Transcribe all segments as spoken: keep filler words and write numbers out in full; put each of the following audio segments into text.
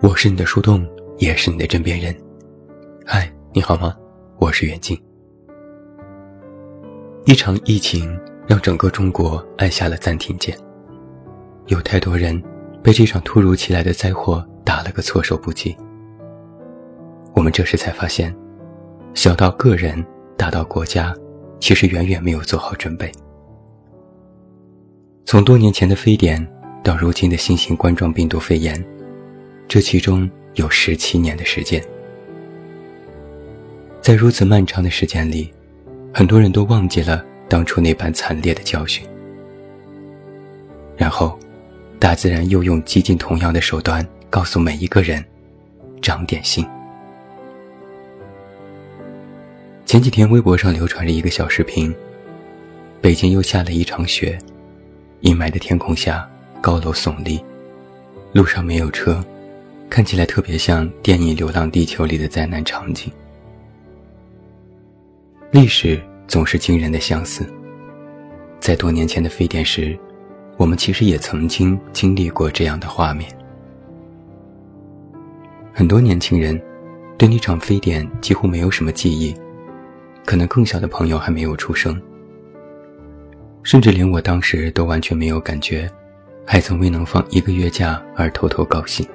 我是你的树洞，也是你的枕边人。嗨，你好吗？我是袁静。一场疫情让整个中国按下了暂停键，有太多人被这场突如其来的灾祸打了个措手不及。我们这时才发现，小到个人，大到国家，其实远远没有做好准备。从多年前的非典到如今的新型冠状病毒肺炎，这其中有十七年的时间。在如此漫长的时间里，很多人都忘记了当初那般惨烈的教训。然后，大自然又用几近同样的手段告诉每一个人，长点心。前几天微博上流传着一个小视频，北京又下了一场雪，阴霾的天空下，高楼耸立，路上没有车，看起来特别像电影《流浪地球》里的灾难场景。历史总是惊人的相似，在多年前的非典时，我们其实也曾经经历过这样的画面。很多年轻人对那场非典几乎没有什么记忆，可能更小的朋友还没有出生，甚至连我当时都完全没有感觉，还曾为能放一个月假而偷偷高兴。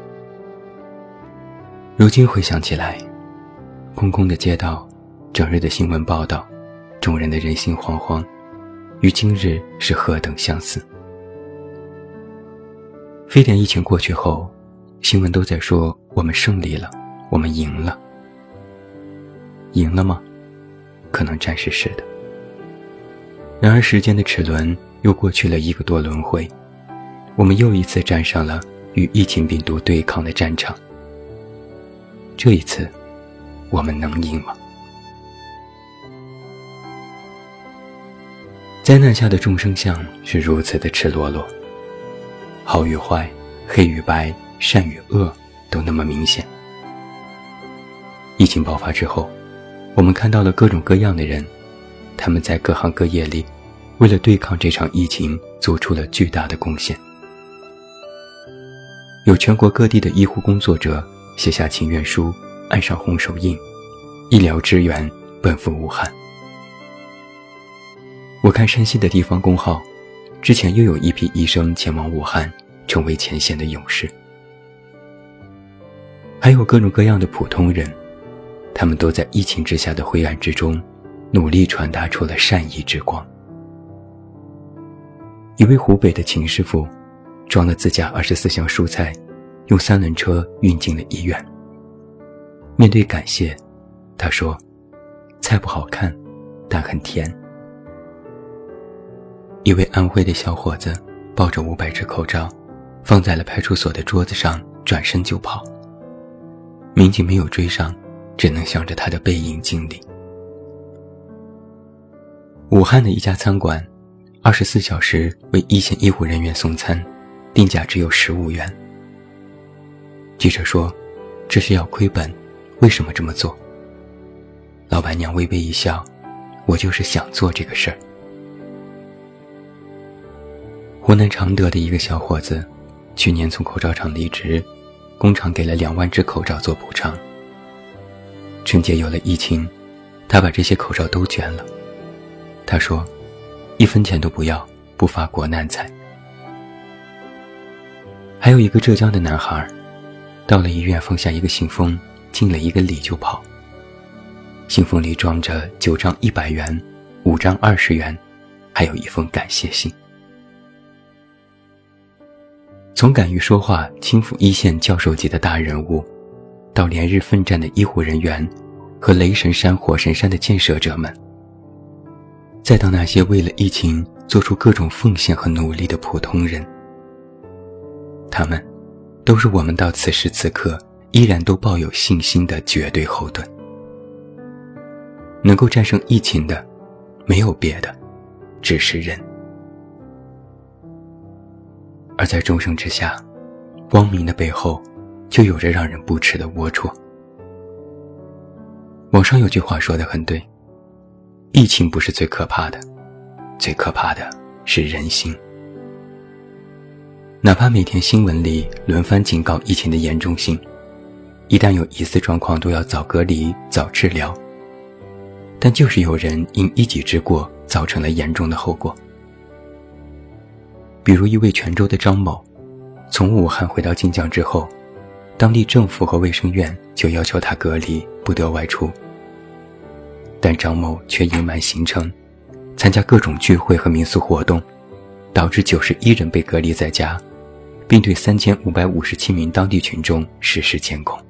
如今回想起来，空空的街道，整日的新闻报道，众人的人心惶惶，与今日是何等相似。非典疫情过去后，新闻都在说我们胜利了，我们赢了。赢了吗？可能暂时是的。然而时间的齿轮又过去了一个多轮回，我们又一次站上了与疫情病毒对抗的战场。这一次，我们能赢吗？灾难下的众生相是如此的赤裸裸，好与坏，黑与白，善与恶都那么明显。疫情爆发之后，我们看到了各种各样的人，他们在各行各业里为了对抗这场疫情做出了巨大的贡献。有全国各地的医护工作者写下请愿书，按上红手印，医疗支援奔赴武汉。我看山西的地方公号，之前又有一批医生前往武汉，成为前线的勇士。还有各种各样的普通人，他们都在疫情之下的灰暗之中，努力传达出了善意之光。一位湖北的秦师傅装了自家二十四箱蔬菜，用三轮车运进了医院。面对感谢，他说：“菜不好看，但很甜。”一位安徽的小伙子抱着五百只口罩，放在了派出所的桌子上，转身就跑。民警没有追上，只能向着他的背影敬礼。武汉的一家餐馆，二十四小时为一线医护人员送餐，定价只有十五元。记者说：“这是要亏本，为什么这么做？”老板娘微微一笑：“我就是想做这个事儿。”湖南常德的一个小伙子，去年从口罩厂离职，工厂给了两万只口罩做补偿。春节有了疫情，他把这些口罩都捐了。他说：“一分钱都不要，不发国难财。”还有一个浙江的男孩，到了医院放下一个信封，进了一个礼就跑。信封里装着九张一百元，五张二十元，还有一封感谢信。从敢于说话、轻抚一线教授级的大人物，到连日奋战的医护人员和雷神山、火神山的建设者们，再到那些为了疫情做出各种奉献和努力的普通人，他们都是我们到此时此刻依然都抱有信心的绝对后盾。能够战胜疫情的，没有别的，只是人。而在众生之下，光明的背后就有着让人不齿的龌龊。网上有句话说得很对，疫情不是最可怕的，最可怕的是人心。 哪怕每天新闻里轮番警告疫情的严重性，一旦有疑似状况都要早隔离、早治疗，但就是有人因一己之过造成了严重的后果。比如一位泉州的张某，从武汉回到晋江之后，当地政府和卫生院就要求他隔离，不得外出。但张某却隐瞒行程，参加各种聚会和民俗活动，导致九十一人被隔离在家，并对三千五百五十七名当地群众实施监控。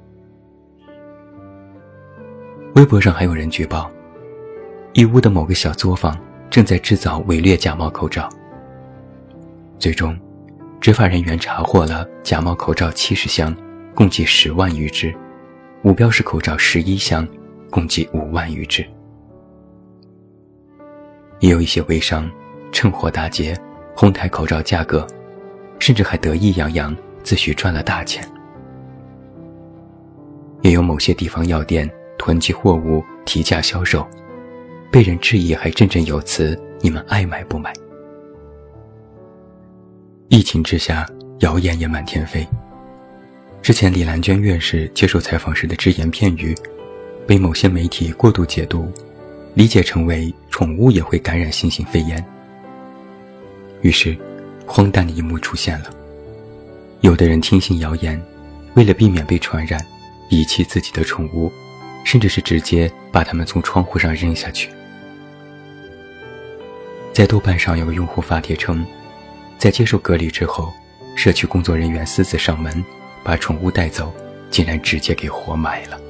微博上还有人举报，义乌的某个小作坊正在制造伪劣假冒口罩。最终，执法人员查获了假冒口罩七十箱，共计十万余只，无标识口罩十一箱，共计五万余只。也有一些微商趁火打劫，哄抬口罩价格，甚至还得意洋洋，自诩赚了大钱。也有某些地方药店囤积货物提价销售，被人质疑还振振有词，你们爱买不买？疫情之下，谣言也满天飞。之前李兰娟院士接受采访时的只言片语，被某些媒体过度解读，理解成为宠物也会感染新型肺炎。于是荒诞的一幕出现了，有的人听信谣言，为了避免被传染，遗弃自己的宠物，甚至是直接把它们从窗户上扔下去。在豆瓣上有个用户发帖称，在接受隔离之后，社区工作人员私自上门把宠物带走，竟然直接给活埋了。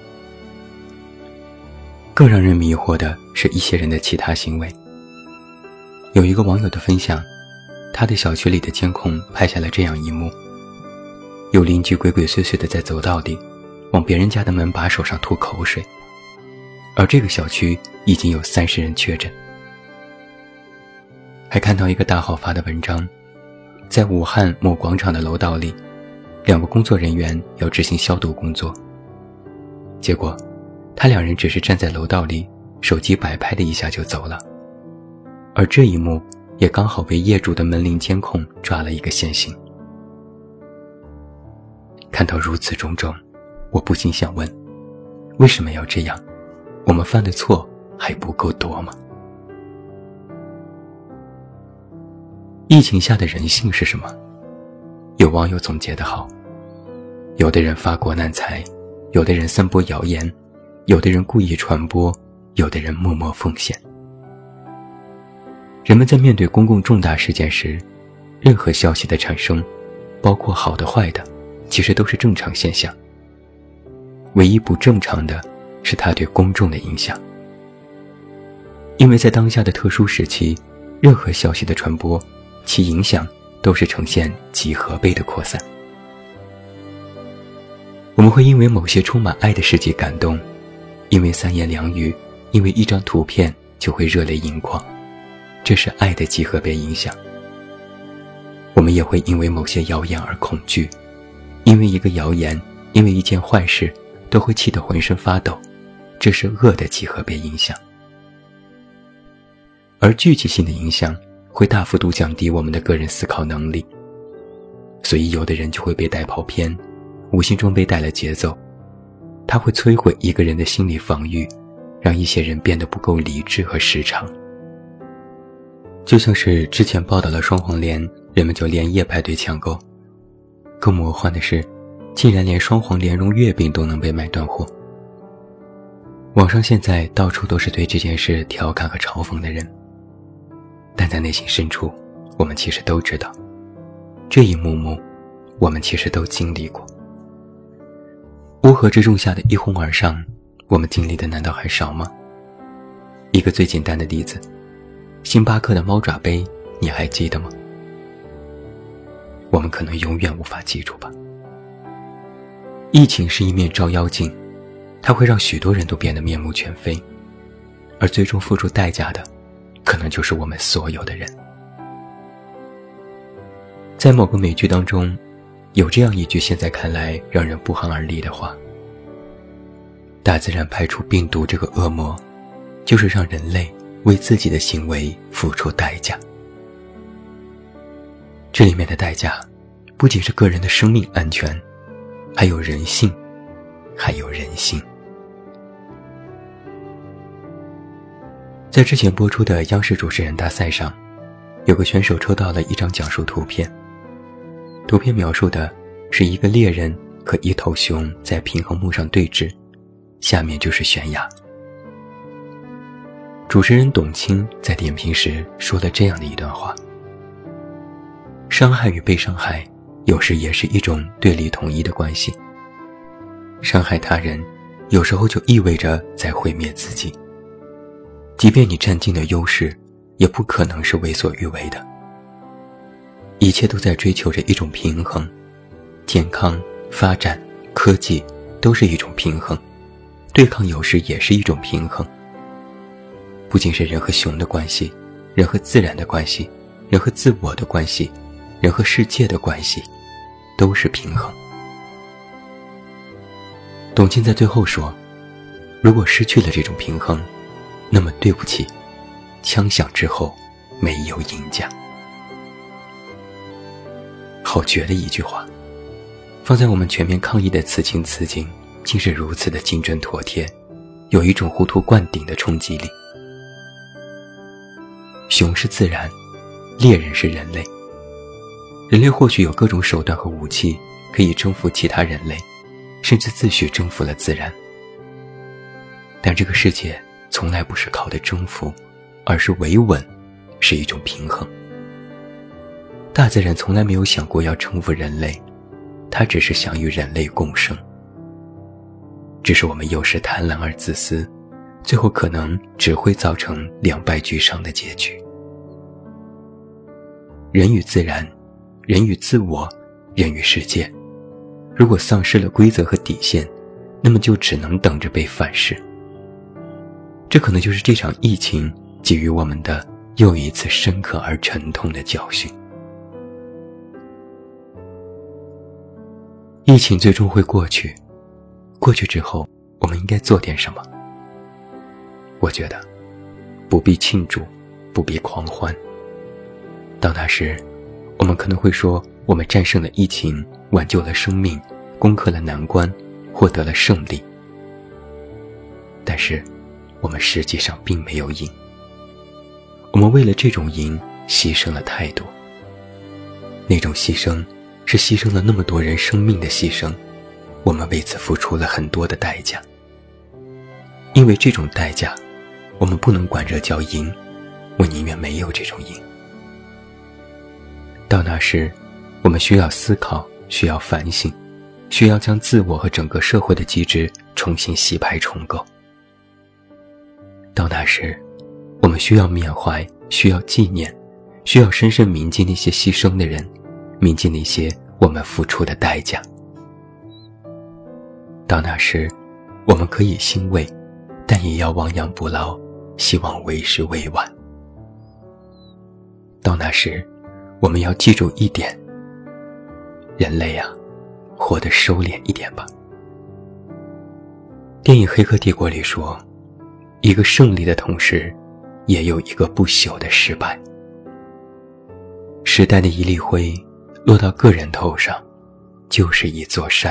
更让人迷惑的是一些人的其他行为。有一个网友的分享，他的小区里的监控拍下了这样一幕：有邻居鬼鬼祟祟地在走道里往别人家的门把手上吐口水，而这个小区已经有三十人确诊。还看到一个大号发的文章，在武汉某广场的楼道里，两个工作人员要执行消毒工作，结果他两人只是站在楼道里，手机摆拍了一下就走了。而这一幕也刚好被业主的门铃监控抓了一个现行。看到如此种种，我不禁想问，为什么要这样？我们犯的错还不够多吗？疫情下的人性是什么？有网友总结得好，有的人发国难财，有的人散播谣言，有的人故意传播，有的人默默奉献。人们在面对公共重大事件时，任何消息的产生，包括好的坏的，其实都是正常现象。唯一不正常的是它对公众的影响。因为在当下的特殊时期，任何消息的传播，其影响都是呈现几何倍的扩散。我们会因为某些充满爱的事迹感动，因为三言两语，因为一张图片就会热泪盈眶，这是爱的几何倍影响。我们也会因为某些谣言而恐惧，因为一个谣言，因为一件坏事，都会气得浑身发抖，这是恶的几何倍影响。而聚集性的影响会大幅度降低我们的个人思考能力，所以有的人就会被带跑偏，无形中被带了节奏，它会摧毁一个人的心理防御，让一些人变得不够理智和时长。就像是之前报道了双黄连，人们就连夜排队抢购。更魔幻的是，竟然连双黄莲蓉月饼都能被买断货。网上现在到处都是对这件事调侃和嘲讽的人，但在内心深处，我们其实都知道，这一幕幕我们其实都经历过。乌合之众下的一哄而上，我们经历的难道还少吗？一个最简单的例子，星巴克的猫爪杯，你还记得吗？我们可能永远无法记住吧。疫情是一面照妖镜，它会让许多人都变得面目全非，而最终付出代价的，可能就是我们所有的人。在某个美剧当中，有这样一句现在看来让人不寒而栗的话：大自然排除病毒这个恶魔，就是让人类为自己的行为付出代价。 这里面的代价不仅是个人的生命安全，还有人性，还有人心。在之前播出的央视主持人大赛上，有个选手抽到了一张讲述图片，图片描述的是一个猎人和一头熊在平衡木上对峙，下面就是悬崖。主持人董卿在点评时说了这样的一段话：伤害与被伤害有时也是一种对立统一的关系，伤害他人有时候就意味着在毁灭自己，即便你占尽了优势，也不可能是为所欲为的。一切都在追求着一种平衡，健康、发展、科技都是一种平衡，对抗有时也是一种平衡。不仅是人和熊的关系，人和自然的关系，人和自我的关系，人和世界的关系，都是平衡。董卿在最后说，如果失去了这种平衡，那么对不起，枪响之后没有赢家。好绝的一句话，放在我们全面抗疫的此情此景，竟是如此的精准妥帖，有一种糊涂灌顶的冲击力。熊是自然，猎人是人类。人类或许有各种手段和武器可以征服其他人类，甚至自诩征服了自然。但这个世界从来不是靠的征服，而是维稳，是一种平衡。大自然从来没有想过要征服人类，它只是想与人类共生。只是我们有时贪婪而自私，最后可能只会造成两败俱伤的结局。人与自然，人与自我，人与世界，如果丧失了规则和底线，那么就只能等着被反噬。这可能就是这场疫情给予我们的又一次深刻而沉痛的教训。疫情最终会过去，过去之后，我们应该做点什么？我觉得，不必庆祝，不必狂欢。到那时，我们可能会说，我们战胜了疫情，挽救了生命，攻克了难关，获得了胜利。但是，我们实际上并没有赢。我们为了这种赢，牺牲了太多。那种牺牲，是牺牲了那么多人生命的牺牲，我们为此付出了很多的代价。因为这种代价，我们不能管这叫赢，我宁愿没有这种赢。到那时，我们需要思考，需要反省，需要将自我和整个社会的机制重新洗牌重构。到那时，我们需要缅怀，需要纪念，需要深深铭记那些牺牲的人，铭记那些我们付出的代价。到那时，我们可以欣慰，但也要亡羊补牢，希望为时未晚。到那时，我们要记住一点，人类啊，活得收敛一点吧。电影《黑客帝国》里说，一个胜利的同时，也有一个不朽的失败。时代的一粒灰落到个人头上，就是一座山。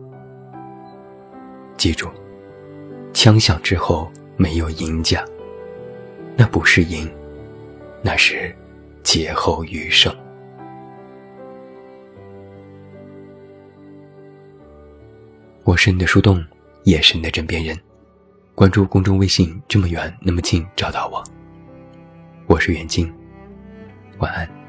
记住，枪响之后没有赢家，那不是赢，那是劫后余生。我是你的树洞，也是你的枕边人。关注公众微信，这么远那么近，找到我。我是袁静，晚安。